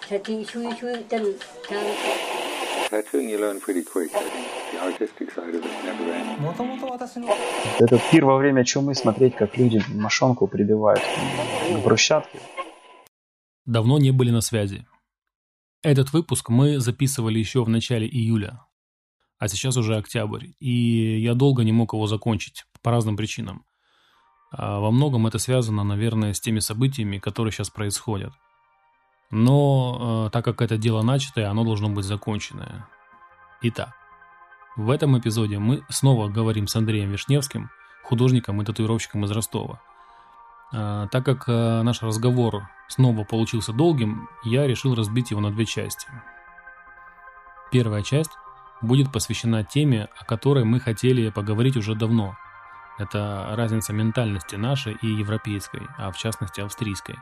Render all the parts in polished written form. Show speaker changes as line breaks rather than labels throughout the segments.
Tattooing you learn pretty quick. I think the artistic side of it never ends.
Этот пир во время чумы смотреть, как люди мошонку прибивают к брусчатке.
Давно не были на связи. Этот выпуск мы записывали еще в начале июля, а сейчас уже октябрь, и я долго не мог его закончить по разным причинам. Во многом это связано, наверное, с теми событиями, которые сейчас происходят. Но так как это дело начатое, оно должно быть законченное. Итак, в этом эпизоде мы снова говорим с Андреем Вишневским, художником и татуировщиком из Ростова. Так как наш разговор снова получился долгим, я решил разбить его на две части. Первая часть будет посвящена теме, о которой мы хотели поговорить уже давно. Это разница ментальности нашей и европейской, а в частности австрийской.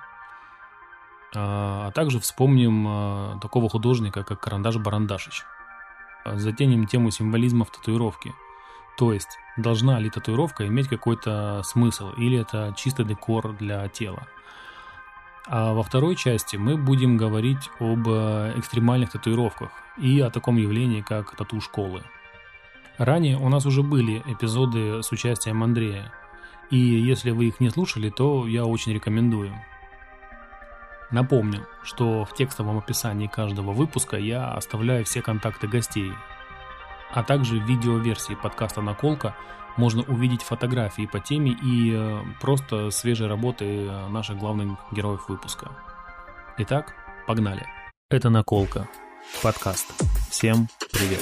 А также вспомним такого художника, как Карандаш Барандашич. Затянем тему символизма в татуировке. То есть, должна ли татуировка иметь какой-то смысл, или это чисто декор для тела. А во второй части мы будем говорить об экстремальных татуировках и о таком явлении, как тату-школы. Ранее у нас уже были эпизоды с участием Андрея, и если вы их не слушали, то я очень рекомендую. Напомню, что в текстовом описании каждого выпуска я оставляю все контакты гостей, а также в видеоверсии подкаста «Наколка» можно увидеть фотографии по теме и просто свежие работы наших главных героев выпуска. Итак, погнали. Это «Наколка», подкаст. Всем привет.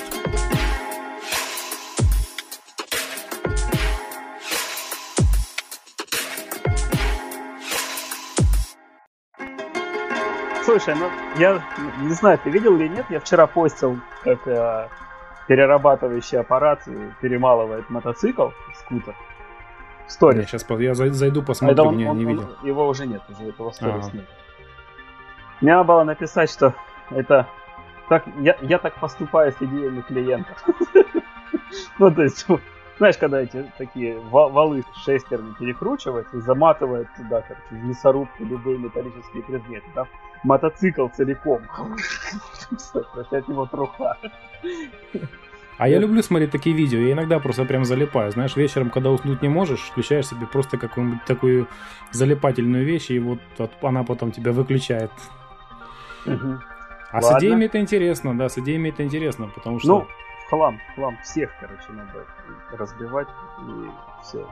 Слушай, ну я не знаю, ты видел или нет, я вчера постил, как перерабатывающий аппарат перемалывает мотоцикл, скутер. Сторис.
Я зайду посмотрю, не видел.
Его уже нет, уже этого сторис нет. Мне надо было написать, что это так, я так поступаю с идеями клиентов. Ну, то есть, знаешь, когда эти такие валы шестерни перекручивают и заматывают туда, короче, в мясорубку любые металлические предметы, да? Мотоцикл целиком. От него труха.
А я люблю смотреть такие видео, я иногда просто прям залипаю. Знаешь, вечером, когда уснуть не можешь, включаешь себе просто какую-нибудь такую залипательную вещь, и вот она потом тебя выключает.
Угу.
А с идеями это интересно, да, с идеями это интересно, потому что...
Ну, хлам всех, короче, надо разбивать, и все.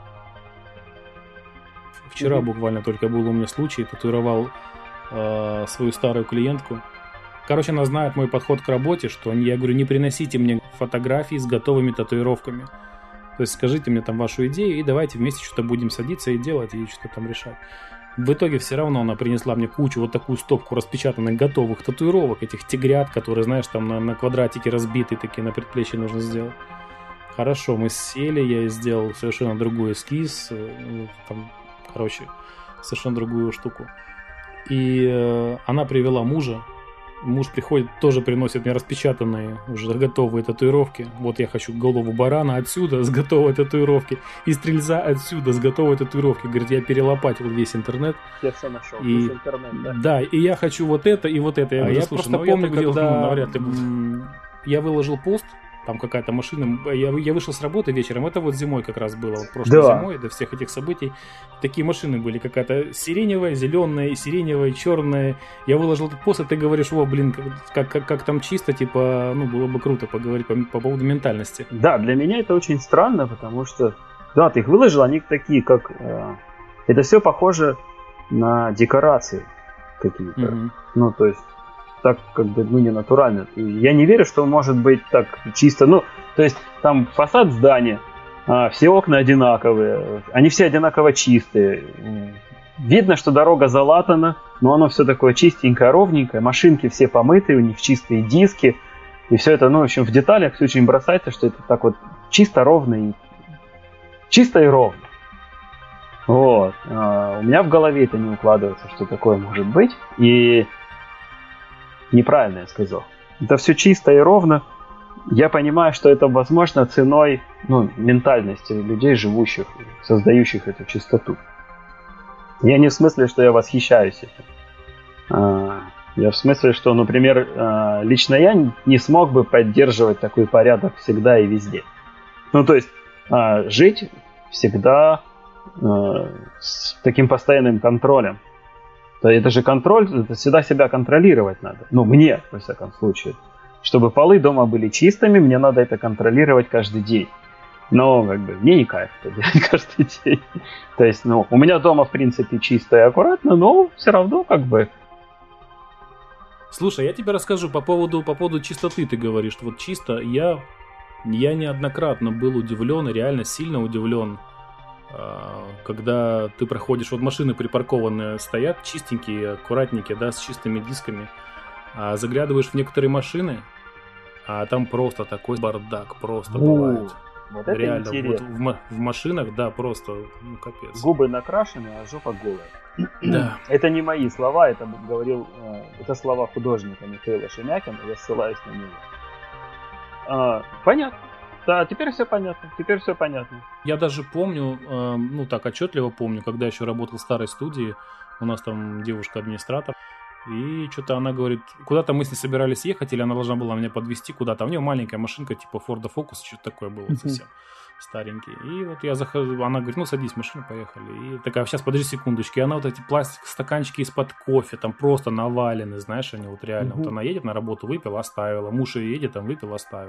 Вчера буквально только был у меня случай, татуировал свою старую клиентку. Короче, она знает мой подход к работе, что я говорю, не приносите мне фотографии с готовыми татуировками. То есть скажите мне там вашу идею, и давайте вместе что-то будем садиться и делать, и что-то там решать. В итоге все равно она принесла мне кучу, вот такую стопку распечатанных готовых татуировок, этих тигрят, которые, знаешь, там на квадратике разбиты, такие на предплечье нужно сделать. Хорошо, мы сели, я сделал совершенно другой эскиз, там, короче, совершенно другую штуку. И она привела мужа. Муж приходит, тоже приносит мне распечатанные, уже готовые татуировки. Вот я хочу голову барана отсюда с готовой татуировки и стрельца отсюда с готовой татуировки. Говорит, я перелопатил весь интернет.
Я все нашел, весь интернет, да?
Да, и я хочу вот это и вот это. Я говорю, слушай, просто помню, когда я выложил пост, там какая-то машина, я вышел с работы вечером, это вот зимой как раз было, вот прошлой зимой, до всех этих событий, такие машины были, какая-то сиреневая, зеленая, сиреневая, черная, я выложил этот пост, и ты говоришь, о, блин, как там чисто, типа, ну, было бы круто поговорить по поводу ментальности.
Да, для меня это очень странно, потому что, да, ты их выложил, они такие, как, это все похоже на декорации какие-то, ну, то есть, так как бы, ну, не натурально. Я не верю, что может быть так чисто. Ну, то есть там фасад здания, все окна одинаковые, они все одинаково чистые. Видно, что дорога залатана, но оно все такое чистенькое, ровненькое. Машинки все помытые, у них чистые диски. И все это, ну, в общем, в деталях все очень бросается, что это так вот чисто, ровно и чисто и ровно. Вот. У меня в голове это не укладывается, что такое может быть. И неправильно я сказал. Это все чисто и ровно. Я понимаю, что это возможно ценой, ну, ментальности людей, живущих, создающих эту чистоту. Я не в смысле, что я восхищаюсь этим. Я в смысле, что, например, лично я не смог бы поддерживать такой порядок всегда и везде. Ну, то есть, жить всегда с таким постоянным контролем. То это же контроль, это всегда себя контролировать надо. Ну, мне, во всяком случае. Чтобы полы дома были чистыми, мне надо это контролировать каждый день. Но, как бы, мне не кайф это делать каждый день. То есть, ну, у меня дома, в принципе, чисто и аккуратно, но все равно, как бы...
Слушай, я тебе расскажу по поводу чистоты, ты говоришь. Вот чисто я неоднократно был удивлен, и реально сильно удивлен, когда ты проходишь, вот машины припаркованные стоят, чистенькие, аккуратненькие, да, с чистыми дисками, а заглядываешь в некоторые машины, а там просто такой бардак просто бывает.
Вот это
реально,
интересно.
Вот в машинах, да, просто, ну, капец.
Губы накрашены, а жопа голая.
Да.
Это не мои слова, это говорил, это слова художника Михаила Шемякина, я ссылаюсь на него. Понятно. Да, теперь все понятно.
Я даже помню, ну так отчетливо помню, когда еще работал в старой студии, у нас там девушка-администратор, и что-то она говорит, куда-то мы с ней собирались ехать, или она должна была меня подвезти куда-то. У нее маленькая машинка типа Ford Focus, что-то такое было совсем старенький. И вот я захожу, она говорит, ну садись в машину, поехали. И такая, сейчас подожди секундочку. И она вот эти пластиковые стаканчики из-под кофе, там просто навалены, знаешь, они вот реально. Вот она едет на работу, выпила, оставила. Муж ее едет, там выпил, оставил.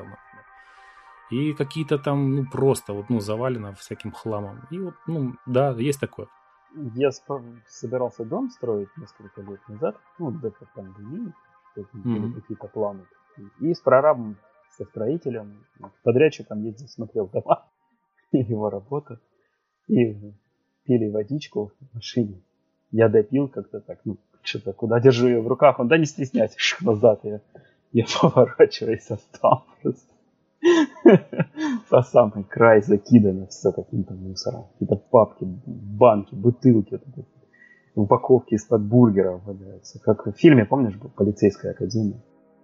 И какие-то там, ну просто вот, ну завалено всяким хламом. И вот, ну да, есть такое.
Я собирался дом строить несколько лет назад, ну, до пандемии, были какие-то планы. И с прорабом, со строителем, подрядчиком ездил, смотрел дома, его работу, и пили водичку в машине. Я допил как-то так, ну, что-то, куда держу ее в руках, он, да не стесняйся, назад я поворачиваюсь, а там просто по самый край закидано все каким-то мусором. Какие-то папки, банки, бутылки, упаковки из-под бургеров валяются. Как в фильме, помнишь, был «Полицейская академия»?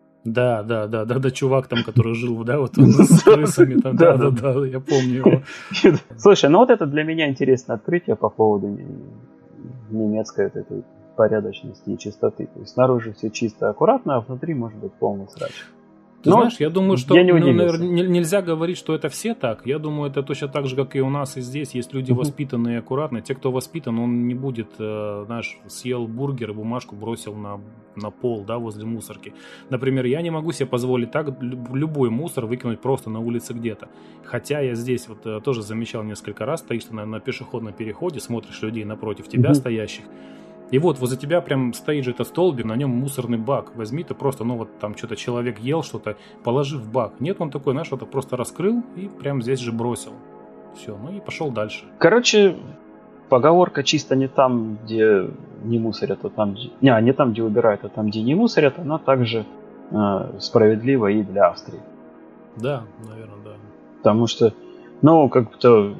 Да, чувак там, который жил, да, вот с крысами там, да, я помню его.
Слушай, ну вот это для меня интересное открытие по поводу немецкой вот этой порядочности и чистоты. То есть снаружи все чисто, аккуратно, а внутри может быть полный срач.
Ты знаешь, я думаю, что нельзя говорить, что это все так. Я думаю, это точно так же, как и у нас и здесь. Есть люди воспитанные и аккуратные. Те, кто воспитан, он не будет, знаешь, съел бургер и бумажку бросил на пол, да, возле мусорки. Например, я не могу себе позволить так любой мусор выкинуть просто на улице где-то. Хотя я здесь вот тоже замечал несколько раз, стоишь на пешеходном переходе, смотришь людей напротив тебя стоящих. И вот возле тебя прям стоит же этот столбик, на нем мусорный бак. Возьми ты просто, ну вот там что-то человек ел, что-то, положи в бак. Нет, он такой, знаешь, что-то просто раскрыл и прям здесь же бросил. Все, ну и пошел дальше.
Короче, поговорка чисто не там, где не мусорят, а там, где... не там, где убирают, а там, где не мусорят, она также справедлива и для Австрии.
Да, наверное, да.
Потому что, ну, как-то...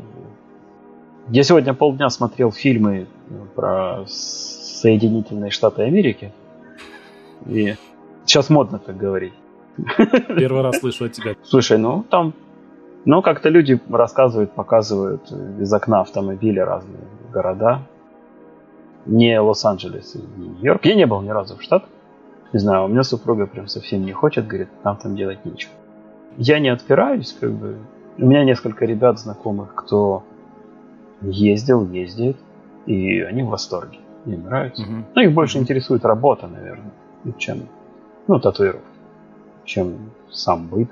Я сегодня полдня смотрел фильмы про Соединительные Штаты Америки. И сейчас модно так говорить.
Первый раз слышу от тебя.
Слушай, ну там, ну как-то люди рассказывают, показывают из окна автомобиля разные города. Не Лос-Анджелес и Нью-Йорк. Я не был ни разу в Штатах. Не знаю, у меня супруга прям совсем не хочет, говорит, нам там делать нечего. Я не отпираюсь, как бы. У меня несколько ребят знакомых, кто ездит, и они в восторге. Им нравится. Ну, их больше интересует работа, наверное, чем, ну, татуировки, чем сам быт.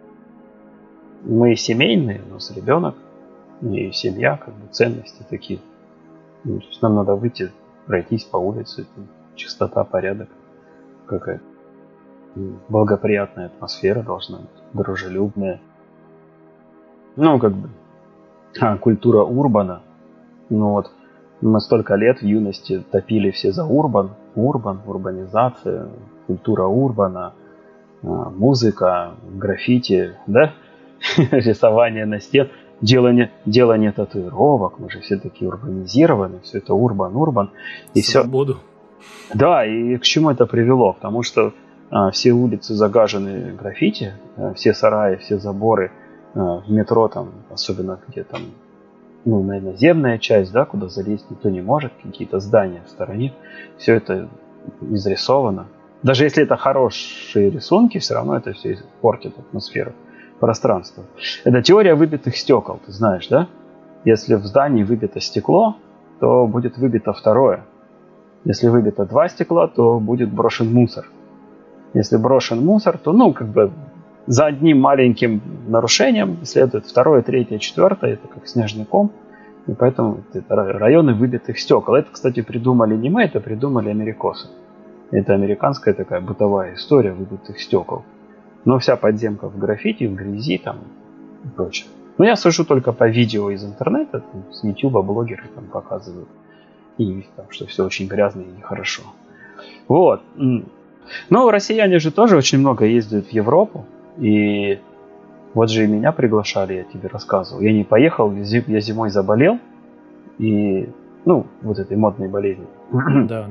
Мы семейные, у нас ребенок, и семья, как бы ценности такие. Ну, то есть нам надо выйти, пройтись по улице, чистота, порядок какая-то. Благоприятная атмосфера должна быть, дружелюбная. Ну, как бы, культура урбана. Ну вот, мы столько лет в юности топили все за урбанизация, культура урбана, музыка, граффити, да, рисование на стен, делание татуировок, мы же все такие урбанизированы, все это урбан, и
свободу.
Все. Да, и к чему это привело? Потому что все улицы загажены граффити, все сараи, все заборы в метро, там, особенно где там, ну, наверное, наземная часть, да, куда залезть никто не может, какие-то здания в стороне, все это изрисовано, Даже если это хорошие рисунки, все равно это все портит атмосферу пространства. Это теория выбитых стекол, ты знаешь, да? Если в здании выбито стекло, то будет выбито второе. Если выбито 2 стекла, то будет брошен мусор. Если брошен мусор, то, за одним маленьким нарушением следует 2, 3, 4, это как снежный ком. И поэтому это районы выбитых стекол. Это, кстати, придумали не мы, это придумали америкосы. Это американская такая бытовая история выбитых стекол. Но вся подземка в граффити, в грязи там и прочее. Но я сужу только по видео из интернета, там, с YouTube блогеры там показывают. И там, что все очень грязно и нехорошо. Вот. Но россияне же тоже очень много ездят в Европу. И вот же и меня приглашали, я тебе рассказывал. Я не поехал, я зимой заболел. И, вот этой модной болезнью.
Да.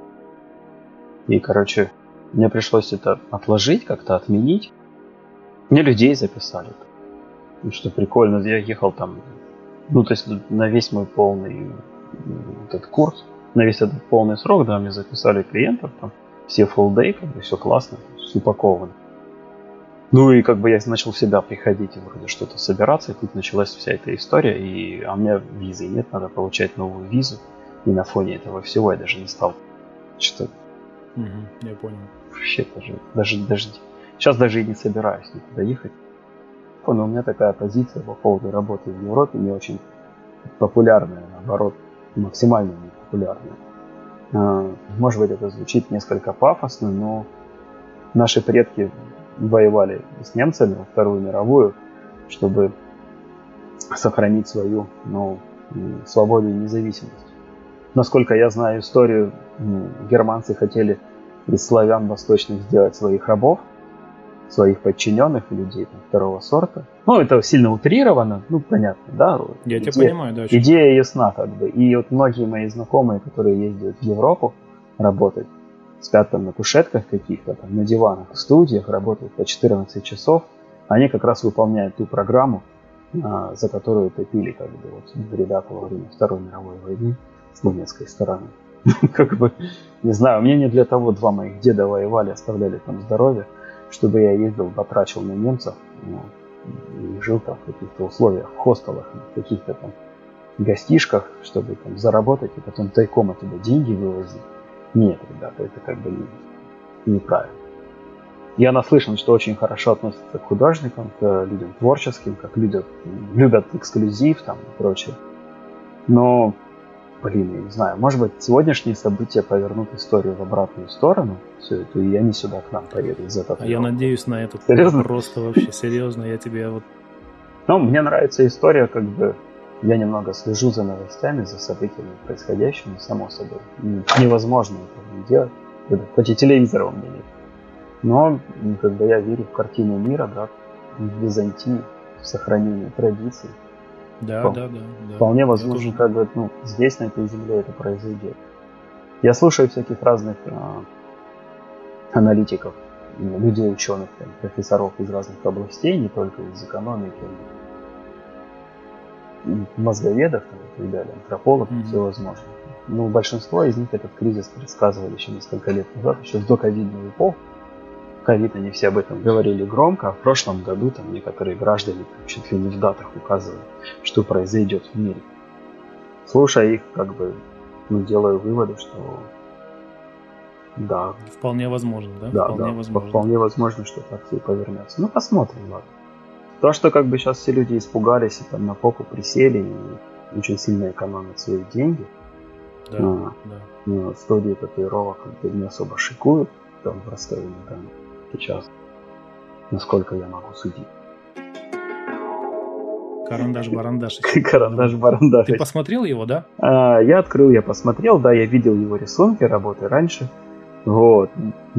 И, мне пришлось это отложить, как-то отменить. Мне людей записали. Что прикольно, я ехал там, то есть на весь мой полный этот курс, на весь этот полный срок, да, мне записали клиентов, там все full day, все классно, все упаковано. И я начал в себя приходить и вроде что-то собираться, и тут началась вся эта история, а у меня визы нет, надо получать новую визу, и на фоне этого всего я даже не стал что-то.
Я понял.
Вообще даже сейчас даже и не собираюсь никуда ехать. Но у меня такая позиция по поводу работы в Европе не очень популярная, наоборот, максимально непопулярная. Может быть, это звучит несколько пафосно, но наши предки воевали с немцами во Вторую мировую, чтобы сохранить свою свободу и независимость. Насколько я знаю историю, германцы хотели из славян восточных сделать своих рабов, своих подчиненных людей второго сорта. Это сильно утрировано, понятно, да?
Я тебя понимаю, да.
Идея ясна, И вот многие мои знакомые, которые ездят в Европу работать, спят там на кушетках каких-то, там, на диванах, в студиях, работают по 14 часов, они как раз выполняют ту программу, за которую топили ребята во время Второй мировой войны с немецкой стороны. Не знаю, мне не для того 2 моих деда воевали, оставляли там здоровье, чтобы я ездил, потрачил на немцев и жил там в каких-то условиях, в хостелах, в каких-то там гостишках, чтобы там заработать и потом тайком оттуда деньги вывозить. Нет, ребята, это неправильно. Я наслышан, что очень хорошо относятся к художникам, к людям творческим, как люди любят эксклюзив там и прочее. Но, я не знаю, может быть, сегодняшние события повернут историю в обратную сторону, всю эту, и они сюда к нам поедут из этого.
Я надеюсь на это.
Серьезно?
Просто вообще серьезно, я тебе
мне нравится история, я немного слежу за новостями, за событиями происходящими, само собой. Невозможно этого не делать, хоть и телевизора у меня нет. Но, я верю в картину мира, да, в Византии, в сохранение традиций.
Да.
Вполне возможно, здесь, на этой земле это произойдет. Я слушаю всяких разных аналитиков, людей, ученых, профессоров из разных областей, не только из экономики, мозговедов и так далее, антропологов, все возможно. Большинство из них этот кризис предсказывали еще несколько лет назад, еще в доковидную эпоху. Ковид, они все об этом говорили громко, а в прошлом году там некоторые граждане чуть ли не в датах указывали, что произойдет в мире. Слушая их, делаю выводы, что да.
Вполне возможно, да?
Да, вполне возможно, что так все и повернется. Посмотрим, ладно. То, что сейчас все люди испугались и там на попу присели и очень сильно экономят свои деньги.
Да.
Студии татуировок не особо шикуют там в Ростове-на-Дону сейчас, насколько я могу судить.
Карандаш-барандаш.
Карандаш-барандаш.
Ты посмотрел его, да?
Я открыл, я посмотрел, да, я видел его рисунки, работы раньше. Вот.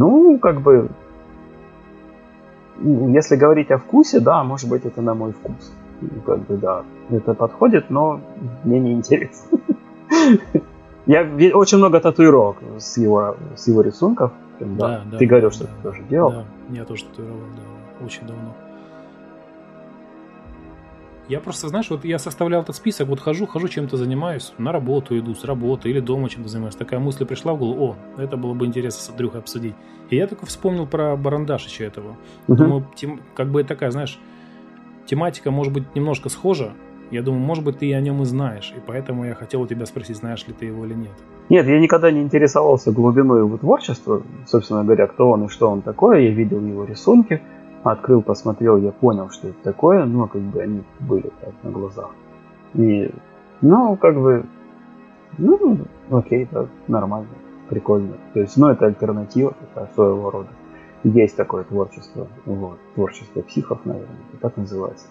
Если говорить о вкусе, да, может быть, это на мой вкус. Да, это подходит, но мне не интересно. Я очень много татуировок с его рисунков. Да. Ты говорил, что ты тоже делал.
Да, я тоже татуировал, да, очень давно. Я просто, знаешь, вот я составлял этот список, вот хожу, чем-то занимаюсь, на работу иду, с работы или дома чем-то занимаюсь. Такая мысль пришла в голову, это было бы интересно с Андрюхой обсудить. И я только вспомнил про Барандашича этого. Думаю, как бы такая, знаешь, тематика может быть немножко схожа. Я думаю, может быть, ты о нем и знаешь, и поэтому я хотел у тебя спросить, знаешь ли ты его или нет.
Нет, я никогда не интересовался глубиной его творчества, собственно говоря, кто он и что он такое. Я видел его рисунки, открыл, посмотрел, я понял, что это такое, но как бы они были так на глазах. И, как бы, окей, да, нормально, прикольно. То есть, это альтернатива такая своего рода. Есть такое творчество, творчество психов, наверное, это так называется.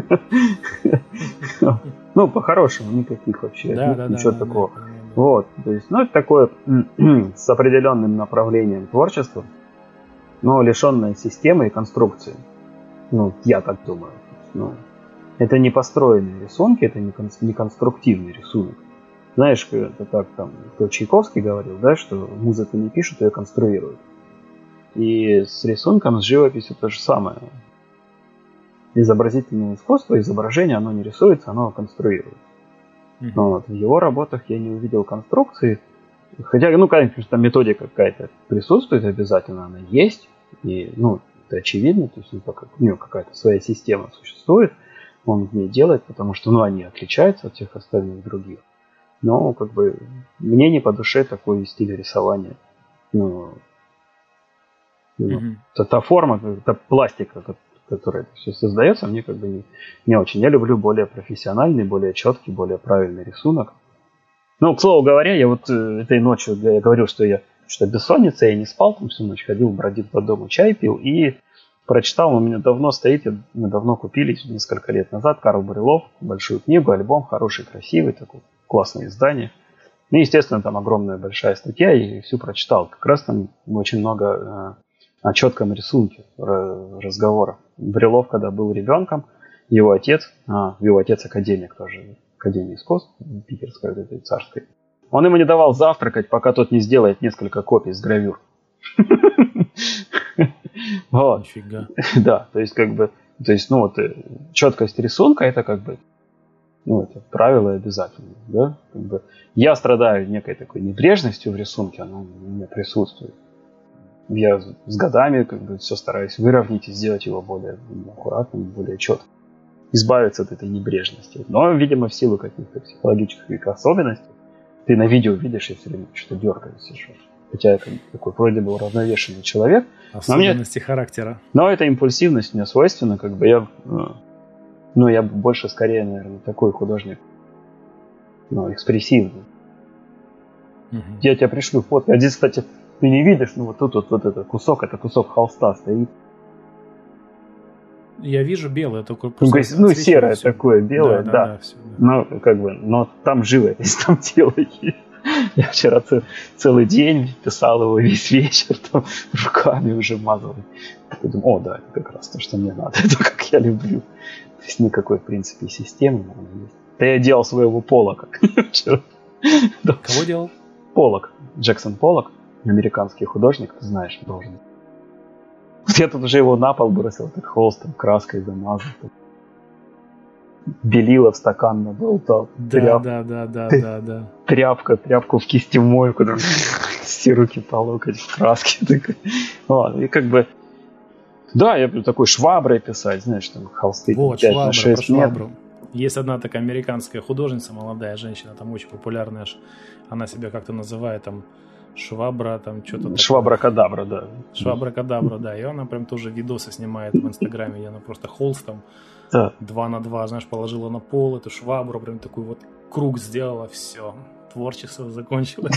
По-хорошему, никаких вообще, ничего такого. Вот, то есть, это такое с определенным направлением творчества, но лишенное системы и конструкции. Я так думаю. Это не построенные рисунки, это не конструктивный рисунок. Знаешь, это как там кто Чайковский говорил, да, что музыку не пишут, ее конструируют. И с рисунком, с живописью то же самое. Изобразительное искусство, изображение, оно не рисуется, оно конструируется. Но в его работах я не увидел конструкции. Хотя, конечно, там методика какая-то присутствует обязательно, она есть. И, это очевидно, то есть у него какая-то своя система существует. Он в ней делает, потому что, они отличаются от всех остальных других. Но, как бы, мне не по душе такой стиль рисования. Та форма, та пластика, которая это все создается, мне как бы не очень. Я люблю более профессиональный, более четкий, более правильный рисунок. К слову говоря, я вот этой ночью, я говорил, что бессонница, я не спал, там всю ночь ходил, бродил по дому, чай пил и прочитал, у меня давно стоит, мы давно купили, несколько лет назад, Карл Брюллов, большую книгу, альбом, хороший, красивый, такой классное издание. Естественно, там огромная большая статья, и всю прочитал. Как раз там очень много о четком рисунке разговоров. Брюллов, когда был ребенком, его отец академик тоже, Академии искусств, питерской, этой царской, он ему не давал завтракать, пока тот не сделает несколько копий с гравюр.
Нифига.
Да, то есть четкость рисунка это как бы, это правило обязательно, да? Как бы я страдаю некой такой небрежностью в рисунке, она у меня присутствует. Я с годами как бы все стараюсь выровнять и сделать его более аккуратным, более четким. Избавиться от этой небрежности. Но, видимо, в силу каких-то психологических особенностей, ты на видео видишь, я все время что-то дергаюсь. Хотя я такой вроде бы уравновешенный человек.
Особенности характера.
Но эта импульсивность мне свойственна, как бы я больше скорее, наверное, такой художник, экспрессивный. Я тебе пришлю фото. А здесь, кстати, ты не видишь, вот тут вот этот кусок, это кусок холста стоит.
Я вижу белое, только
серое все. Такое, белое, да.
Все,
да. Но там живопись, там тело есть. Я вчера целый день писал его весь вечер, там руками уже мазал. Я думаю, это как раз то, что мне надо, это как я люблю. То есть никакой, в принципе, системы есть. Да я делал своего Поллока вчера.
Кого делал?
Поллок, Джексон Поллок, американский художник, ты знаешь, должен. Я тут уже его на пол бросил, этот холст, там, краской замазал. Белила в стакан наболтал.
Да.
Тряпку в кисти мойку, там, все руки по локоть в краске. И как бы... Да, я буду такой шваброй писать, знаешь, там холсты.
Вот, швабру. Есть одна такая американская художница, молодая женщина, там очень популярная, она себя как-то называет там Швабра, там что-то...
Швабра-кадабра, да.
Швабра-кадабра, да. И она прям тоже видосы снимает в Инстаграме, где она просто холстом 2 на 2, знаешь, положила на пол эту швабру, прям такой вот круг сделала, все. Творчество закончилось.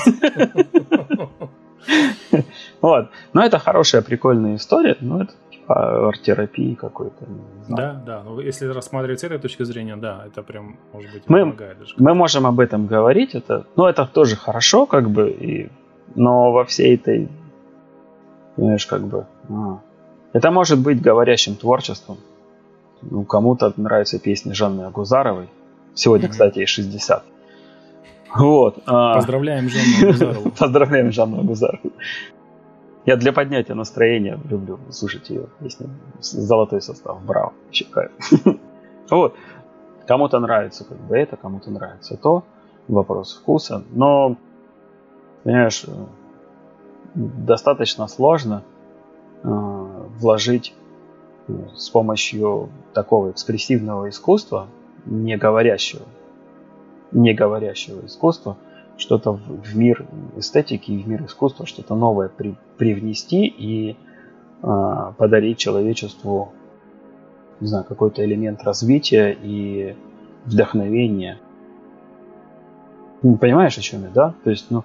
Вот. Но это хорошая, прикольная история, это типа арт-терапии какой-то. Да.
Ну, если рассматривать с этой точки зрения, да, это прям, может быть, помогает даже.
Мы можем об этом говорить, это тоже хорошо, как бы, но во всей этой, знаешь, как бы, это может быть говорящим творчеством. Кому-то нравятся песни Жанны Агузаровой. Сегодня, кстати, ей 60. Вот.
Поздравляем Жанну Агузарову.
Поздравляем Жанну Агузарову. Я для поднятия настроения люблю слушать ее песни. Золотой состав. Браво. Вообще кайф. Вот. Кому-то нравится как бы это, кому-то нравится то. Вопрос вкуса. Но, понимаешь, достаточно сложно вложить с помощью такого экспрессивного искусства, не говорящего искусства, что-то в мир эстетики и в мир искусства, что-то новое привнести и подарить человечеству, не знаю, какой-то элемент развития и вдохновения. Понимаешь, о чем я, да? То есть,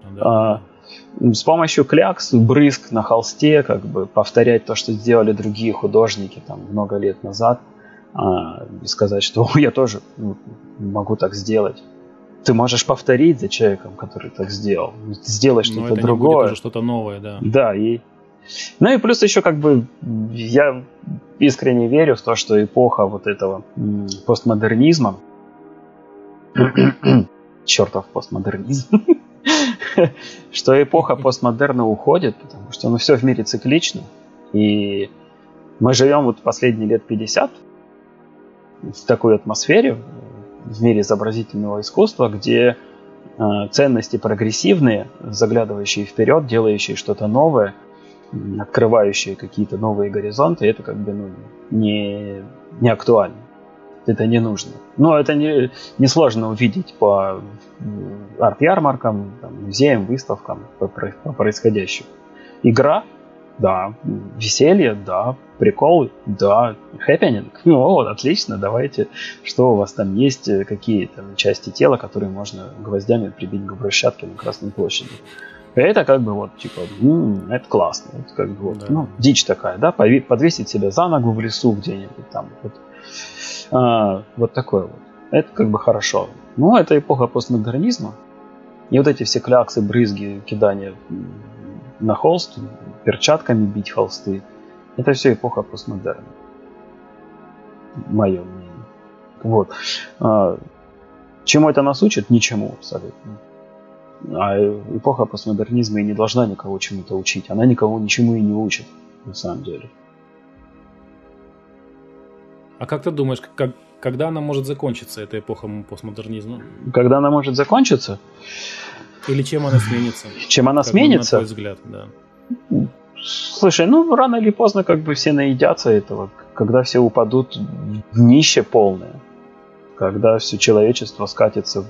с помощью клякс, брызг на холсте, как бы повторять то, что сделали другие художники там много лет назад, и сказать, что я тоже могу так сделать. Ты можешь повторить за человеком, который так сделал, сделать что-то другое. Но это не будет уже
что-то новое, да.
Да, и плюс еще как бы я искренне верю в то, что эпоха вот этого постмодернизма, чертов постмодернизм, что эпоха постмодерна уходит, потому что все в мире циклично, и мы живем вот последние лет 50 в такой атмосфере в мире изобразительного искусства, где ценности прогрессивные, заглядывающие вперед, делающие что-то новое, открывающие какие-то новые горизонты, это как бы не актуально. Это не нужно. Но это не сложно увидеть по арт-ярмаркам, музеям, выставкам, по происходящему. Игра, да. Веселье, да. Приколы, да. Хэппининг, вот, отлично, давайте. Что у вас там есть, какие там части тела, которые можно гвоздями прибить к брусчатке на Красной площади. Это как бы вот, типа, это классно. Это как бы вот, да. Дичь такая, да, подвесить себя за ногу в лесу где-нибудь там, вот. Вот такое вот. Это как бы хорошо. Но это эпоха постмодернизма. И вот эти все кляксы, брызги, кидания на холст, перчатками бить холсты, это все эпоха постмодерна. Мое мнение. Вот. Чему это нас учит? Ничему абсолютно. А эпоха постмодернизма и не должна никого чему-то учить. Она никого ничему и не учит, на самом деле.
А как ты думаешь, когда она может закончиться, эта эпоха постмодернизма?
Когда она может закончиться?
Или чем она сменится?
Чем она сменится?
На твой взгляд, да.
Слушай, рано или поздно как бы все наедятся этого, когда все упадут в днище полное, когда все человечество скатится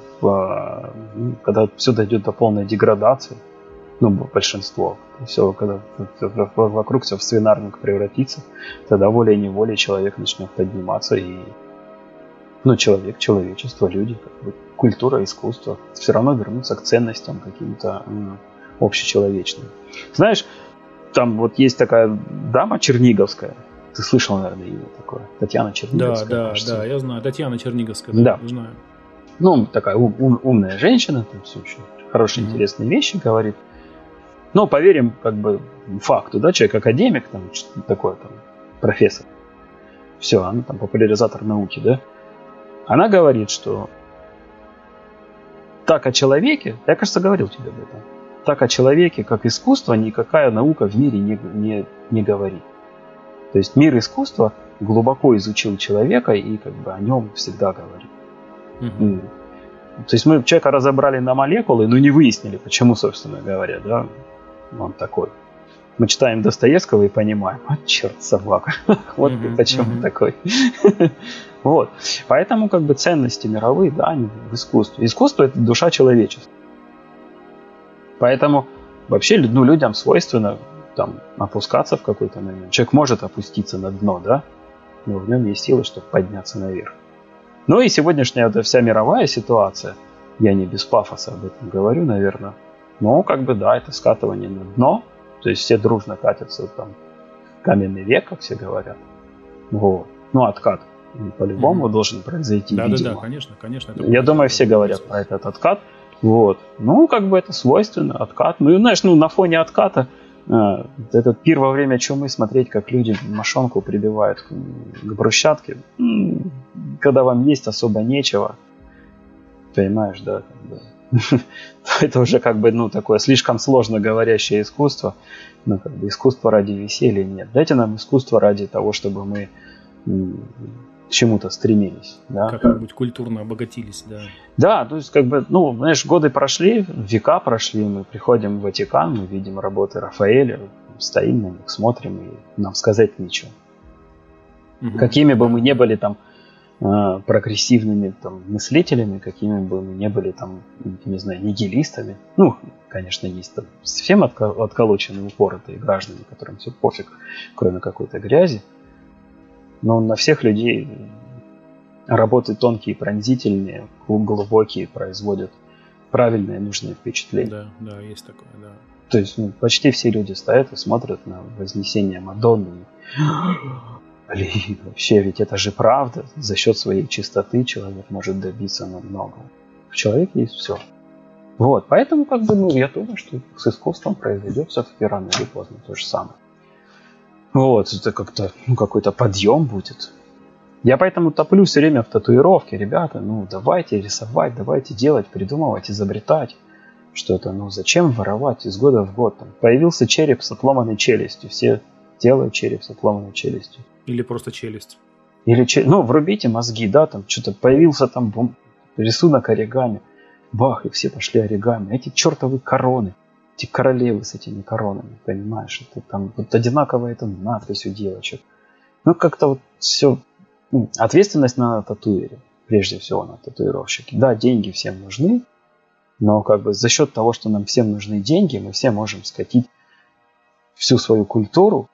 когда все дойдет до полной деградации, большинство, все, когда вокруг все в свинарник превратится, тогда волей-неволей человек начнет подниматься и человечество, люди, как бы, культура, искусство все равно вернутся к ценностям каким-то общечеловечным. Знаешь, там вот есть такая дама черниговская, ты слышал, наверное, имя такое, Татьяна Черниговская.
Да, я знаю, Татьяна Черниговская,
да.
Знаю.
Такая умная женщина, там все очень хорошие, интересные вещи говорит. Но поверим, как бы, факту, да, человек академик, там, что-то такое, там, профессор. Все, она там популяризатор науки, да. Она говорит, что так о человеке, я, кажется, говорил тебе об этом, так о человеке, как искусство, никакая наука в мире не говорит. То есть мир искусства глубоко изучил человека и как бы о нем всегда говорит. То есть мы человека разобрали на молекулы, но не выяснили, почему, собственно говоря, да, он такой. Мы читаем Достоевского и понимаем, черт, собака, вот почему такой. Вот. Поэтому как бы ценности мировые, да, они в искусстве. Искусство – это душа человечества. Поэтому вообще людям свойственно там опускаться в какой-то момент. Человек может опуститься на дно, да, но в нем есть силы, чтобы подняться наверх. Ну и сегодняшняя эта вся мировая ситуация, я не без пафоса об этом говорю, наверное, но как бы да, это скатывание на дно, то есть все дружно катятся там в каменный век, как все говорят. Вот. Откат по-любому должен произойти, видимо.
Да, конечно.
Я думаю, все говорят про этот откат. Вот. Как бы это свойственно, откат. Знаешь, на фоне отката этот пир во время чумы смотреть, как люди мошонку прибивают к брусчатке, когда вам есть особо нечего, понимаешь, да, это уже как бы, такое слишком сложно говорящее искусство, как бы искусство ради веселья нет. Дайте нам искусство ради того, чтобы мы к чему-то стремились. Да?
Как-нибудь культурно обогатились, да.
Да, то есть, как бы, ну, знаешь, годы прошли, века прошли, мы приходим в Ватикан, мы видим работы Рафаэля, стоим на них, смотрим, и нам сказать нечего. Угу. Какими бы мы ни были там прогрессивными там, мыслителями, какими бы мы ни были там, не знаю, нигилистами. Ну, конечно, есть там совсем отколоченные, упоротые граждане, которым все пофиг, кроме какой-то грязи. Но на всех людей работы тонкие, пронзительные, глубокие, производят правильное, нужное впечатление.
Да, есть такое, да.
То есть почти все люди стоят и смотрят на Вознесение Мадонны. Блин, вообще, ведь это же правда. За счет своей чистоты человек может добиться многого. В человеке есть все. Вот, поэтому, как бы, ну, я думаю, что с искусством произойдет все-таки рано или поздно то же самое. Вот, это как-то, ну, какой-то подъем будет. Я поэтому топлю все время в татуировке. Ребята, ну, давайте рисовать, давайте делать, придумывать, изобретать. Что-то, ну, зачем воровать из года в год? Там появился череп с отломанной челюстью. Все делают череп с отломанной челюстью.
Или просто челюсть.
Или ну, врубите мозги, да, там что-то появился там рисунок оригами. Бах, и все пошли оригами. Эти чертовы короны, эти королевы с этими коронами, понимаешь? Это там вот одинаковая эта надпись у девочек. Ну, как-то вот все. Ответственность на татуире, прежде всего на татуировщике. Да, деньги всем нужны, но как бы за счет того, что нам всем нужны деньги, мы все можем скатить всю свою культуру,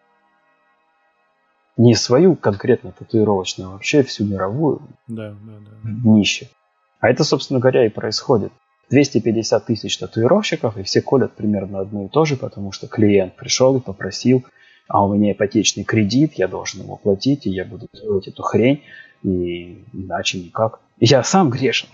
не свою конкретно татуировочную, а вообще всю мировую,
да.
Нище. А это, собственно говоря, и происходит. 250 тысяч татуировщиков, и все колят примерно одно и то же, потому что клиент пришел и попросил, а у меня ипотечный кредит, я должен его платить, и я буду делать эту хрень, и иначе никак. И я сам грешен.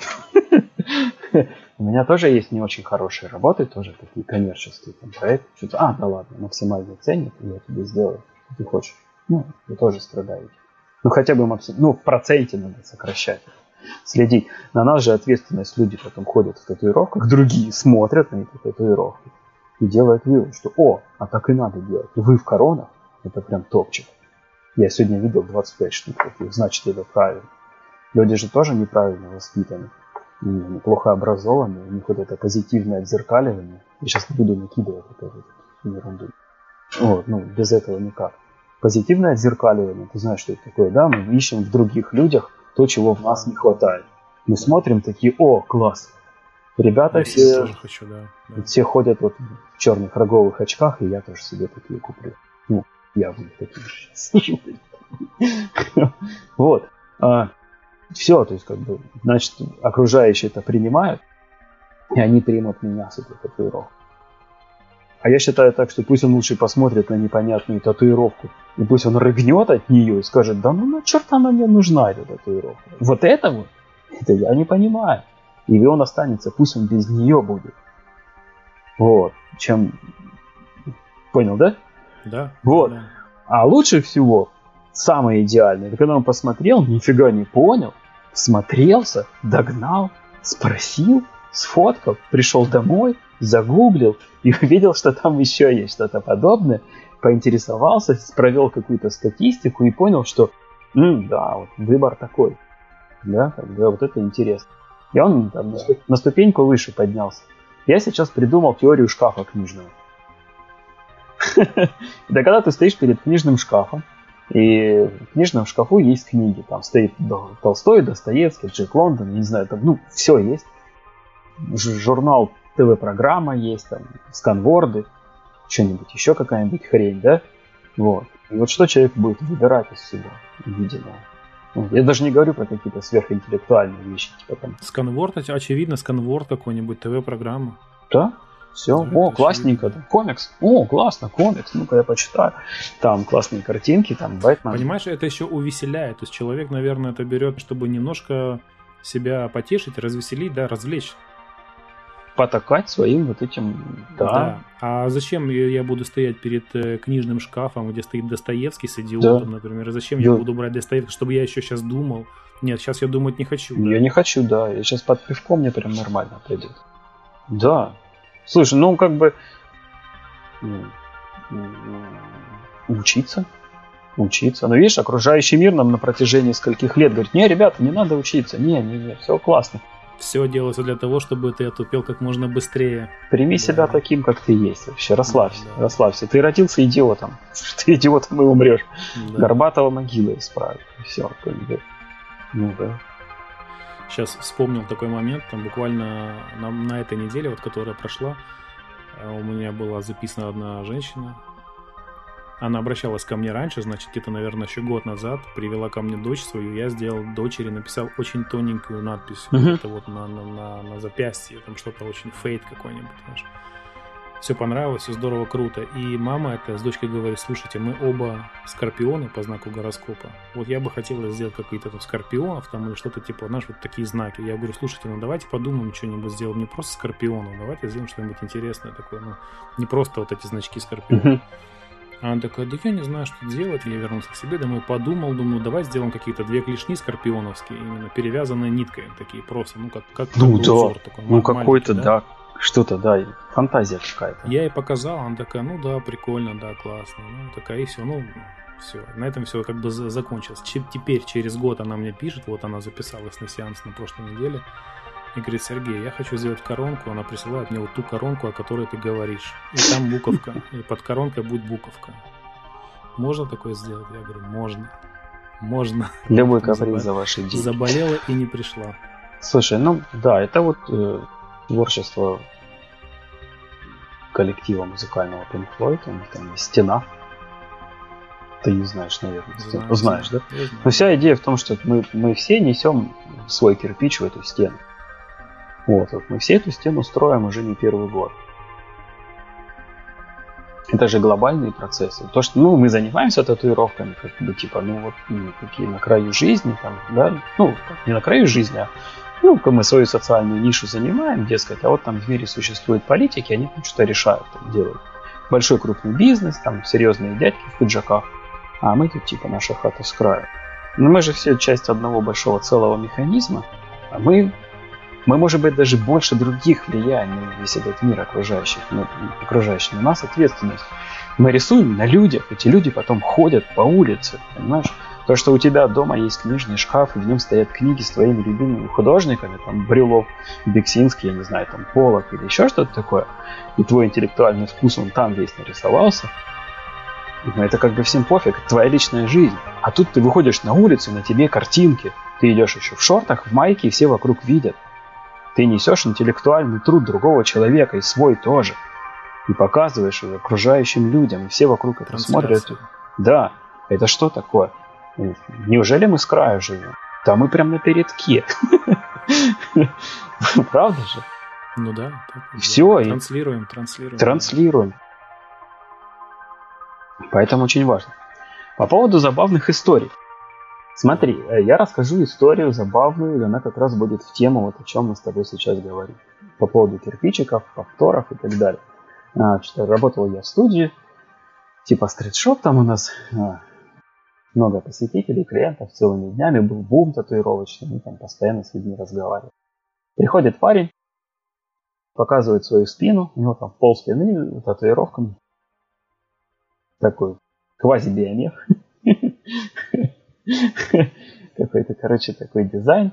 У меня тоже есть не очень хорошие работы, тоже такие коммерческие проекты. Что-то, да ладно, максимальный ценник, я тебе сделаю, что ты хочешь. Ну, вы тоже страдаете. Ну, хотя бы максимум, в проценте надо сокращать. Следить. На нас же ответственность. Люди потом ходят в татуировках, другие смотрят на эти татуировки и делают вывод, что, а так и надо делать. И вы в коронах, это прям топчик. Я сегодня видел 25 штук таких, значит, это правильно. Люди же тоже неправильно воспитаны, неплохо образованы, у них вот это позитивное отзеркаливание. Я сейчас не буду накидывать эту ерунду. Без этого никак. Позитивное отзеркаливание, ты знаешь, что это такое, да? Мы ищем в других людях то, чего в нас не хватает. Мы смотрим такие, класс. Ребята все,
хочу, да.
Все ходят вот в черных роговых очках, и я тоже себе такие куплю. Я буду такие сейчас. Вот. Все, то есть, как бы, значит, окружающие это принимают, и они примут меня с этой татуировкой. А я считаю так, что пусть он лучше посмотрит на непонятную татуировку, и пусть он рыгнет от нее и скажет, да на черт она мне нужна, эта татуировка. Вот это я не понимаю. И он останется, пусть он без нее будет. Вот. Понял, да?
Да.
Вот.
Да.
А лучше всего, самое идеальное, это когда он посмотрел, нифига не понял, всмотрелся, догнал, спросил, сфоткал, пришел домой, загуглил и увидел, что там еще есть что-то подобное, поинтересовался, провел какую-то статистику и понял, что да, вот выбор такой. Да, вот это интересно. И он там на ступеньку выше поднялся. Я сейчас придумал теорию шкафа книжного. Да когда ты стоишь перед книжным шкафом, и в книжном шкафу есть книги. Там стоит Толстой, Достоевский, Джек Лондон, не знаю, там, все есть. Журнал, ТВ-программа есть, там, сканворды, что-нибудь, еще какая-нибудь хрень, да? Вот. И вот что человек будет выбирать из всего увиденного. Я даже не говорю про какие-то сверхинтеллектуальные вещи. Типа там.
Сканворд, очевидно, сканворд какой-нибудь, ТВ-программа.
Да? Все. Да, классненько. Комикс. Классно, комикс. Ну-ка я почитаю. Там классные картинки, там Бэтмен.
Понимаешь, это еще увеселяет. То есть человек, наверное, это берет, чтобы немножко себя потешить, развеселить, да, развлечь.
Потакать своим вот этим, да.
А зачем я буду стоять перед книжным шкафом, где стоит Достоевский с идиотом, например? Зачем я буду брать Достоевского, чтобы я еще сейчас думал? Нет, сейчас я думать не хочу.
Я не хочу, да. Я сейчас под пивком мне прям нормально пойдет. Да. Слушай, как бы учиться Учиться. Но видишь, окружающий мир нам на протяжении скольких лет говорит, не, ребята, не надо учиться, не, все классно.
Все делается для того, чтобы ты отупел как можно быстрее.
Прими себя таким, как ты есть вообще, расслабься. Ты родился идиотом, ты идиотом и умрешь. Горбатого могила исправит. Все, ну да.
Сейчас вспомнил такой момент, там буквально на этой неделе, вот которая прошла, у меня была записана одна женщина. Она обращалась ко мне раньше, значит, где-то, наверное, еще год назад, привела ко мне дочь свою, я сделал дочери, написал очень тоненькую надпись, это вот на запястье, там что-то очень фейт какой-нибудь, знаешь. Все понравилось, все здорово, круто. И мама это с дочкой говорит, слушайте, мы оба скорпионы по знаку гороскопа. Вот я бы хотела сделать какие-то там скорпионов там или что-то типа, знаешь, вот такие знаки. Я говорю, слушайте, ну давайте подумаем, что-нибудь сделаем. Не просто скорпионов, давайте сделаем что-нибудь интересное такое. Ну, не просто вот эти значки скорпиона. А она такая, да я не знаю, что делать. Я вернулся к себе домой, подумал, думаю, давай сделаем какие-то 2 клешни скорпионовские, именно перевязанные ниткой, такие просто, ну как
ну, да.
узор такой.
Ну какой-то, да. Что-то, да, фантазия какая-то.
Я ей показал, она такая, ну да, прикольно, да, классно. Ну, такая, и все, ну, все. На этом все как бы закончилось. Теперь, через год она мне пишет, вот она записалась на сеанс на прошлой неделе, и говорит, Сергей, я хочу сделать коронку, она присылает мне вот ту коронку, о которой ты говоришь. И там буковка, и под коронкой будет буковка. Можно такое сделать? Я говорю, можно.
Любой каприз за ваши деньги.
Заболела и не пришла.
Слушай, ну да, это вот творчество коллектива музыкального Pink Floyd, там «Стена». Ты не знаешь, наверное. Знаешь, да? Но вся идея в том, что мы все несем свой кирпич в эту стену. Вот мы все эту стену строим уже не первый год. Это же глобальные процессы. То, что мы занимаемся татуировками, как бы типа, такие на краю жизни, там, да, не на краю жизни, а мы свою социальную нишу занимаем, дескать, а вот там в мире существуют политики, они там что-то решают, там, делают большой крупный бизнес, там серьезные дядьки в пиджаках, а мы тут типа наша хата с краю. Но мы же все часть одного большого целого механизма, а мы может быть даже больше других влияем на весь этот мир окружающий на нас ответственность. Мы рисуем на людях, эти люди потом ходят по улице, понимаешь? То, что у тебя дома есть книжный шкаф, и в нем стоят книги с твоими любимыми художниками, там Брюлов, Бексинский, я не знаю, там Поллок или еще что-то такое, и твой интеллектуальный вкус, он там весь нарисовался, но это как бы всем пофиг, это твоя личная жизнь. А тут ты выходишь на улицу, на тебе картинки, ты идешь еще в шортах, в майке, и все вокруг видят. Ты несешь интеллектуальный труд другого человека, и свой тоже, и показываешь его окружающим людям, и все вокруг это смотрят. Да, это что такое? Неужели мы с краю живем? Да мы прям на передке. Правда же?
Ну да.
Все.
Транслируем.
Поэтому очень важно. По поводу забавных историй. Смотри, я расскажу историю забавную, и она как раз будет в тему, вот о чем мы с тобой сейчас говорим. По поводу кирпичиков, повторов и так далее. Работал я в студии, типа стритшоп там у нас... Много посетителей, клиентов целыми днями, был бум татуировочный, мы там постоянно с людьми разговаривали. Приходит парень, показывает свою спину, у него там пол спины татуировками. Такой квази-биомех. Какой-то, такой дизайн.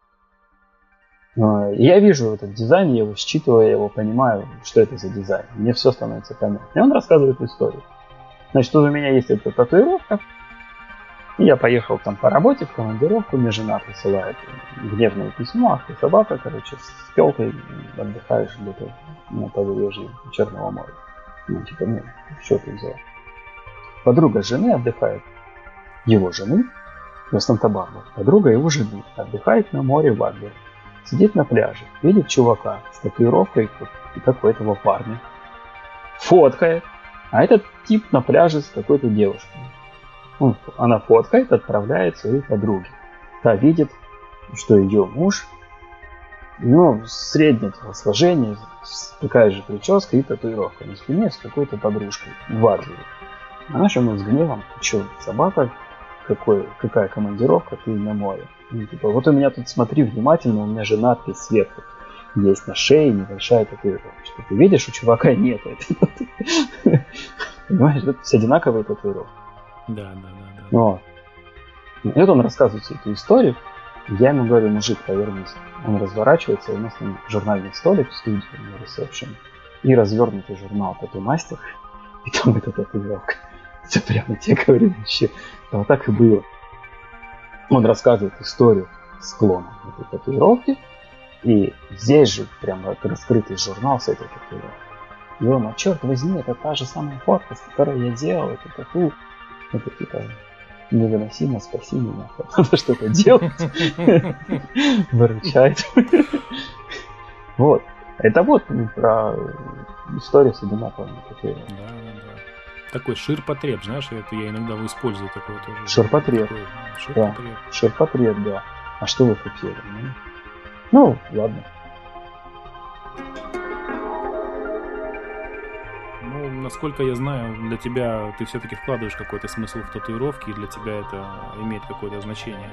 Я вижу этот дизайн, я его считываю, я его понимаю, что это за дизайн. Мне все становится понятно. И он рассказывает историю. Значит, тут у меня есть эта татуировка. Я поехал там по работе в командировку, мне жена присылает гневное письмо, ах ты собака, с пёлкой отдыхаешь где-то на побережье Черного моря. Что ты взял? Подруга жены отдыхает, его жены, в Санта-Барбаре. Подруга его жены отдыхает на море в Адлере. Сидит на пляже, видит чувака с татуировкой какого-то парня. Фоткает, а этот тип на пляже с какой-то девушкой. Она фоткает, отправляет своей подруге. Та видит, что ее муж, среднего сложения, такая же прическа и татуировка на спине с какой-то подружкой в Адлере. Она же с гневом, ты что, собака, какая командировка, ты на море. Вот у меня тут, смотри внимательно, у меня же надпись сверху. Есть на шее небольшая татуировка. Что ты видишь, у чувака нет. Понимаешь, это все одинаковые татуировки.
Да.
Вот. И вот он рассказывает всю эту историю. Я ему говорю, мужик, повернись. Он разворачивается, и у нас там журнальный столик в студии на ресепшн. И развернутый журнал «Тату Мастер». И там эта татуировка. Это прямо тебе говорю вообще. Вот так и было. Он рассказывает историю склона этой татуировки. И здесь же прямо раскрытый журнал с этой татуировкой. И он, черт возьми, это та же самая фотка, с которой я делал эту тату. Это типа невыносимо, спаси меня. Надо что-то делать. Выручает. Вот. Это вот про историю с одинаковыми татуировками.
Да. Такой ширпотреб, знаешь, это я иногда использую такое тоже.
Ширпотреб. Да. Ширпотреб, да. А что вы хотели? Ну, ладно.
Ну, насколько я знаю, для тебя ты все-таки вкладываешь какой-то смысл в татуировки, и для тебя это имеет какое-то значение.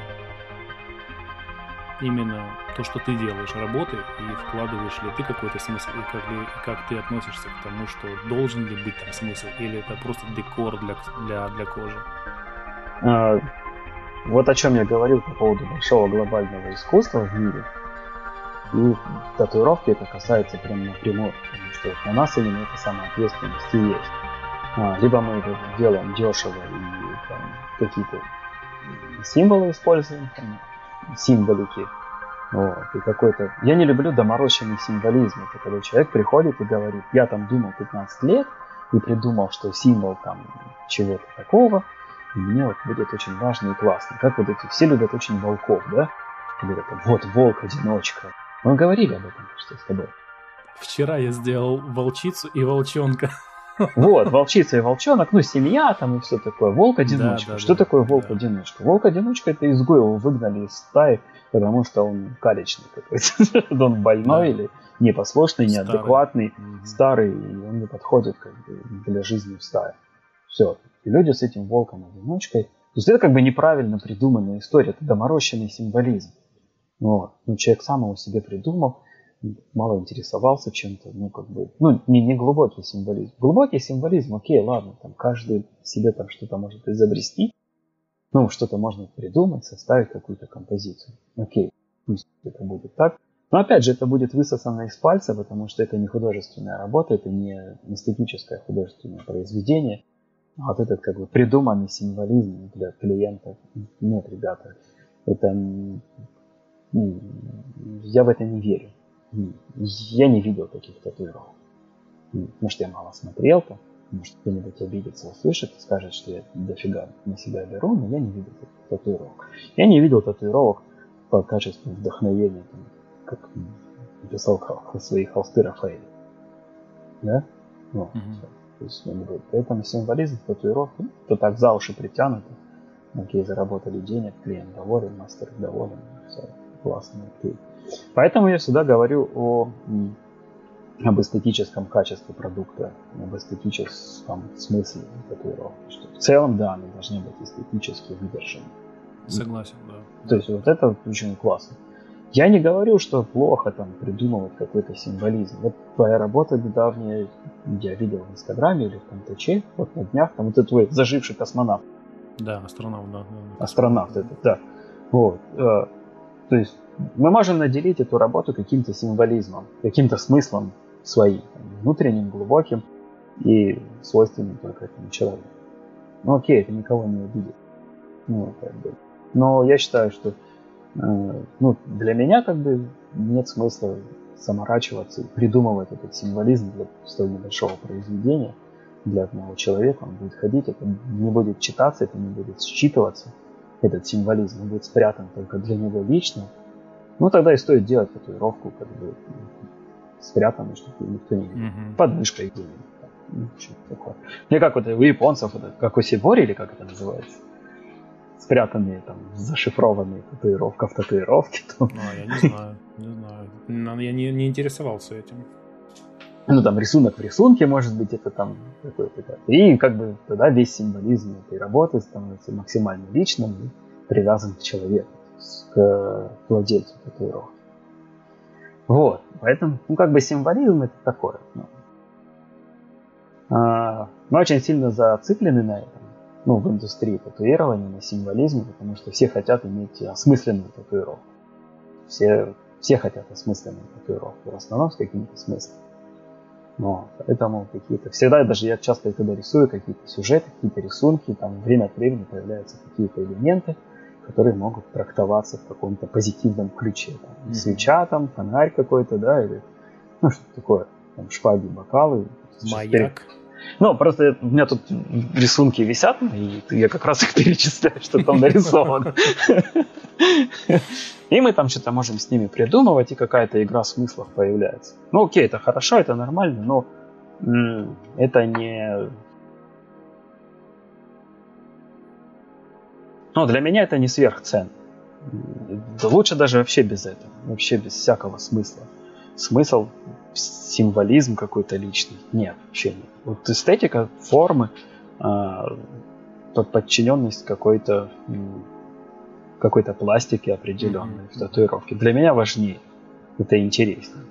Именно то, что ты делаешь, работы, и вкладываешь ли ты какой-то смысл, и как ты относишься к тому, что должен ли быть там смысл, или это просто декор для кожи.
Вот о чем я говорил по поводу большого глобального искусства в мире. И татуировки это касается прямо напрямую, потому что на нас именно эта самая ответственность и есть. Либо мы это делаем дешево и там, какие-то символы используем, там, символики. Вот, и какой-то... Я не люблю доморощенный символизм. Это когда человек приходит и говорит, я там думал 15 лет и придумал, что символ там чего-то такого, и мне вот будет очень важно и классно. Как вот эти все любят очень волков, да? Говорят, вот волк-одиночка. Мы говорили об этом, что с тобой.
Вчера я сделал волчицу и волчонка.
Вот, волчица и волчонок, ну, семья там и все такое. Волк-одиночка. Что такое волк-одиночка? Волк-одиночка — это изгой, его выгнали из стаи, потому что он калечный какой-то. Он больной или непослушный, неадекватный, старый, и он не подходит как бы для жизни в стае. Все. И люди с этим волком-одиночкой. То есть это как бы неправильно придуманная история, это доморощенный символизм. Вот. Ну, человек сам его себе придумал, мало интересовался чем-то, ну, как бы, ну, не глубокий символизм. Глубокий символизм, окей, ладно, там каждый себе там что-то может изобрести, ну, что-то можно придумать, составить какую-то композицию. Окей, пусть это будет так. Но, опять же, это будет высосано из пальца, потому что это не художественная работа, это не эстетическое художественное произведение, а вот этот, как бы, придуманный символизм для клиентов. Нет, ребята, это... Я в это не верю. Я не видел таких татуировок. Может, я мало смотрел-то, может, кто-нибудь обидится, услышит и скажет, что я дофига на себя беру, но я не видел татуировок. Я не видел татуировок по качеству вдохновения, там, как писал свои холсты Рафаэль. Да? Ну, то есть, поэтому символизм татуировки, это так за уши притянуто. Окей, заработали денег, клиент доволен, мастер доволен, все классно, окей. Поэтому я всегда говорю об эстетическом качестве продукта, об эстетическом смысле татуировки. Что в целом, да, они должны быть эстетически выдержаны.
Согласен, да.
То есть вот это очень классно. Я не говорю, что плохо там придумывать какой-то символизм. Вот твоя работа недавняя, я видел в Инстаграме или в Контаче, вот на днях, там вот это твой заживший космонавт.
Да, астронавт, да.
Астронавт это, да. Вот. То есть мы можем наделить эту работу каким-то символизмом, каким-то смыслом своим, внутренним, глубоким и свойственным только этому человеку. Ну окей, это никого не обидит. Ну, как бы. Но я считаю, что для меня как бы нет смысла заморачиваться и придумывать этот символизм для столь небольшого произведения для одного человека. Он будет ходить, это не будет читаться, это не будет считываться. Этот символизм будет спрятан только для него лично. Ну, тогда и стоит делать татуировку, как бы спрятанную, чтобы никто не видел. Под мышкой где-нибудь. Что-то такое. Мне как вот у японцев, как у сибори, или как это называется? Спрятанные, там, зашифрованные татуировка в татуировке.
Я не знаю. Я не интересовался этим.
Ну, там, рисунок в рисунке, может быть, это там какой-то. И, как бы, тогда весь символизм этой работы становится максимально личным и привязан к человеку, к владельцу татуировки. Вот. Поэтому, как бы, символизм это такое. Мы очень сильно зациклены на этом. в индустрии татуирования, на символизме, потому что все хотят иметь осмысленную татуировку. Все хотят осмысленную татуировку, в основном с каким-то смыслом. Поэтому всегда, даже я часто, когда рисую какие-то сюжеты, какие-то рисунки, там время от времени появляются какие-то элементы, которые могут трактоваться в каком-то позитивном ключе. Там, свеча, там, фонарь какой-то, да, или что-то такое, там, шпаги, бокалы.
Маяк.
Просто у меня тут рисунки висят, и я как раз их перечисляю, что там нарисовано. И мы там что-то можем с ними придумывать, и какая-то игра смыслов появляется. Окей, это хорошо, это нормально, но это не... для меня это не сверхценно. Лучше даже вообще без этого, вообще без всякого смысла. Смысл, символизм какой-то личный. Нет, вообще нет. Вот эстетика, формы, подчиненность какой-то пластике определенной в татуировке. Для меня важнее. Это интересно.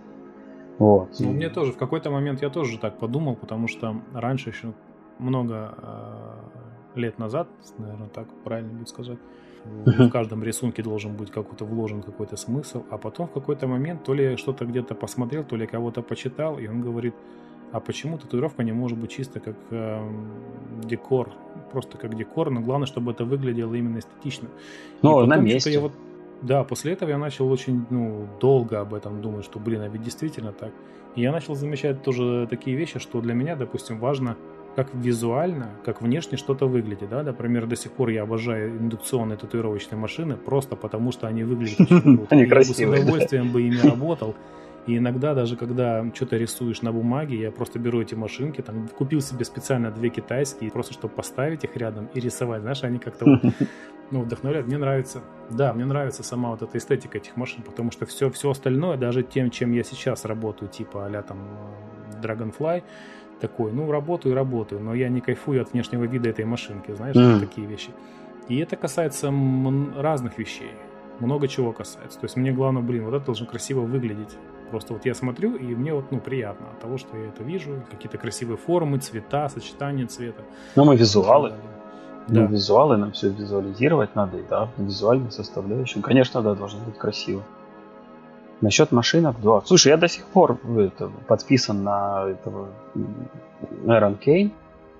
Мне тоже в какой-то момент я тоже так подумал, потому что раньше еще много лет назад, наверное, так правильно будет сказать, в каждом рисунке должен быть вложен какой-то смысл, а потом в какой-то момент то ли что-то где-то посмотрел, то ли кого-то почитал, и он говорит, а почему татуировка не может быть чисто как декор, просто как декор, но главное, чтобы это выглядело именно эстетично.
На месте.
После этого я начал очень долго об этом думать, что, а ведь действительно так. И я начал замечать тоже такие вещи, что для меня, допустим, важно, как визуально, как внешне что-то выглядит. Да? Например, до сих пор я обожаю индукционные татуировочные машины, просто потому что они выглядят очень круто.
Они
красивые. Я бы с удовольствием бы ими работал. И иногда даже когда что-то рисуешь на бумаге, я просто беру эти машинки, там купил себе специально 2 китайские, просто чтобы поставить их рядом и рисовать. Знаешь, они как-то вдохновляют. Мне нравится. Да, мне нравится сама эта эстетика этих машин, потому что все остальное, даже тем, чем я сейчас работаю, типа а-ля там Dragonfly, такой, работаю, но я не кайфую от внешнего вида этой машинки, знаешь, такие вещи. И это касается разных вещей. Много чего касается. То есть мне главное, это должно красиво выглядеть. Просто я смотрю, и мне приятно от того, что я это вижу. Какие-то красивые формы, цвета, сочетание цвета.
Мы визуалы. Да. Визуалы, нам все визуализировать надо, и визуальную составляющую. Конечно, должно быть красиво. Насчет машинок, да. Слушай, я до сих пор подписан на этого Aaron Kane.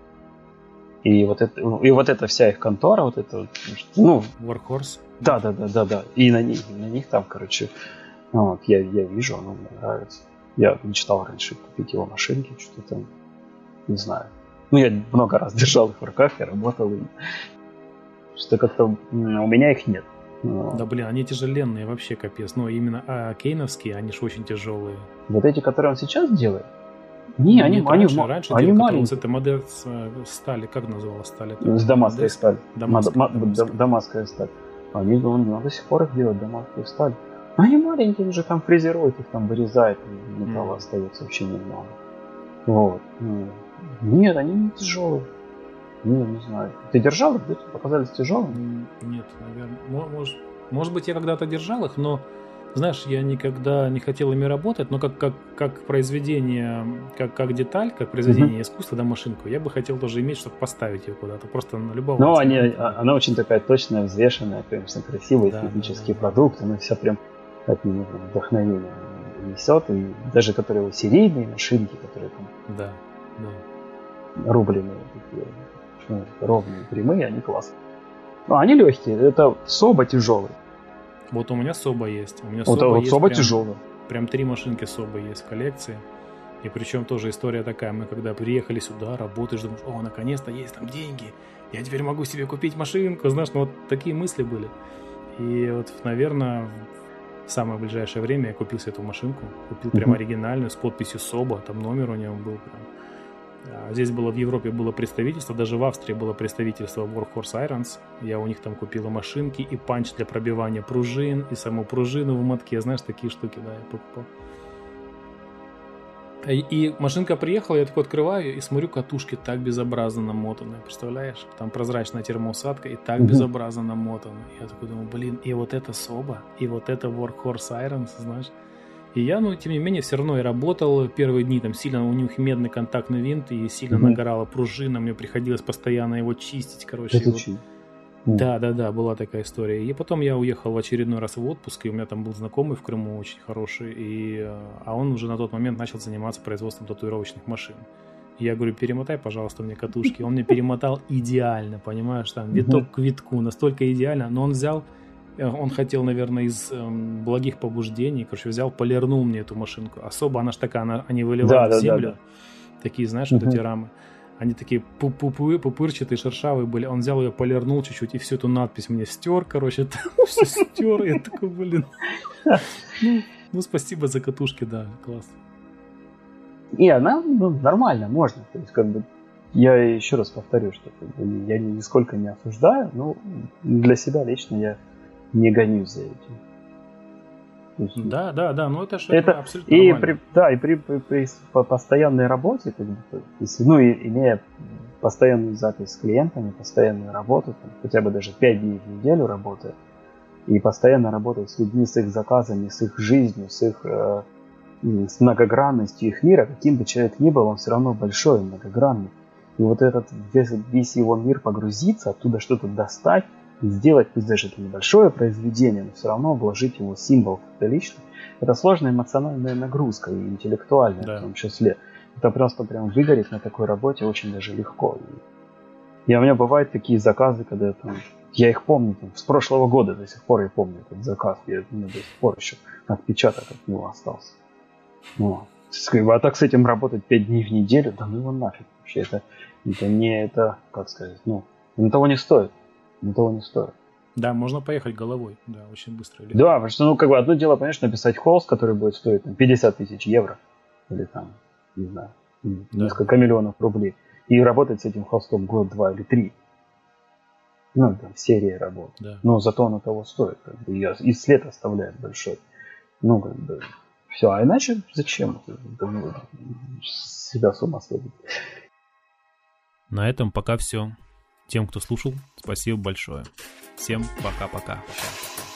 И вот эта вся их контора,
Warhorse.
Да. И на них там, я вижу, оно мне нравится. Я мечтал раньше купить его машинки, что-то там, не знаю. Я много раз держал их в руках, я работал им. Что как-то у меня их нет.
Да, они тяжеленные, вообще капец. Именно кейновские, они же очень тяжелые.
Вот эти, которые он сейчас делает? Не, они маленькие.
Это модель с стали, как называлась сталь?
С дамасской сталь.
Дамасская
сталь. Он до сих пор их делает, дамасскую сталь. Они маленькие уже, там фрезеруют их, там вырезает, и металла остается вообще немного. Нет, они не тяжелые. Не знаю. Ты держал их? Показались тяжелыми?
Нет, наверное. Может быть, я когда-то держал их, но, знаешь, я никогда не хотел ими работать, но как произведение, как деталь, как произведение искусства, машинку, я бы хотел тоже иметь, чтобы поставить ее куда-то, просто на любого.
Она очень такая точная, взвешенная, конечно, красивый эстетический продукт, она вся прям от нее вдохновение несет, и даже которые серийные машинки, которые там рубленые, такие, ровные, прямые, они классные. Они легкие, это Соба тяжелый.
Вот у меня Соба есть. У меня
Соба тяжелый.
Прям 3 машинки Соба есть в коллекции. И причем тоже история такая. Мы когда приехали сюда, работаешь, думаешь, наконец-то есть там деньги. Я теперь могу себе купить машинку. Знаешь, такие мысли были. И наверное, в самое ближайшее время я купил себе эту машинку. Купил прям оригинальную с подписью Соба. Там номер у него был прям. Здесь в Европе было представительство, даже в Австрии было представительство Warhorse Irons. Я у них там купил и машинки, и панч для пробивания пружин, и саму пружину в мотке. Знаешь, такие штуки, я покупал. И машинка приехала, я такой открываю и смотрю, катушки так безобразно намотаны. Представляешь? Там прозрачная термоусадка и так безобразно намотаны. Я такой думаю, и вот это Соба, и вот это Warhorse Irons, знаешь. И я, тем не менее, все равно и работал. Первые дни там сильно у них медный контактный винт, и сильно нагорала пружина, мне приходилось постоянно его чистить, короче. Да, была такая история. И потом я уехал в очередной раз в отпуск, и у меня там был знакомый в Крыму очень хороший, а он уже на тот момент начал заниматься производством татуировочных машин. И я говорю, перемотай, пожалуйста, мне катушки. Он мне перемотал идеально, понимаешь, там виток к витку, настолько идеально. Но он хотел, наверное, из благих побуждений, взял, полирнул мне эту машинку. Особо она ж такая, они выливают в землю. Такие, знаешь, вот эти рамы. Они такие пупырчатые, шершавые были. Он взял ее, полирнул чуть-чуть, и всю эту надпись мне стер, все стер. Я такой, блин. Спасибо за катушки, да, класс.
И она нормально, можно. То есть, я еще раз повторю, что я нисколько не осуждаю, но для себя лично я не гонюсь за этим.
Да, это абсолютно нормально.
И при постоянной работе, если, имея постоянную запись с клиентами, постоянную работу, хотя бы даже 5 дней в неделю работая, и постоянно работать с людьми, с их заказами, с их жизнью, с многогранностью их мира, каким бы человек ни был, он все равно большой, многогранный. И вот весь его мир погрузиться, оттуда что-то достать, сделать, пусть даже это небольшое произведение, но все равно вложить его символ лично, это сложная эмоциональная нагрузка и интеллектуальная в том числе. Это просто прям выгореть на такой работе очень даже легко. И у меня бывают такие заказы, когда я их помню, с прошлого года до сих пор я помню этот заказ, у меня до сих пор еще отпечаток от него остался. А так с этим работать 5 дней в неделю, да ну его нафиг вообще, того не стоит. Того не стоит.
Да, можно поехать головой, да, очень быстро.
Да, потому что, одно дело, конечно, написать холст, который будет стоить 50 тысяч евро, или не знаю, несколько миллионов рублей, и работать с этим холстом год, 2 или 3. Серия работ.
Да.
Но зато оно того стоит, и след оставляет большой. Все, а иначе зачем себя с ума сводить?
На этом пока все. Тем, кто слушал, спасибо большое. Всем пока-пока.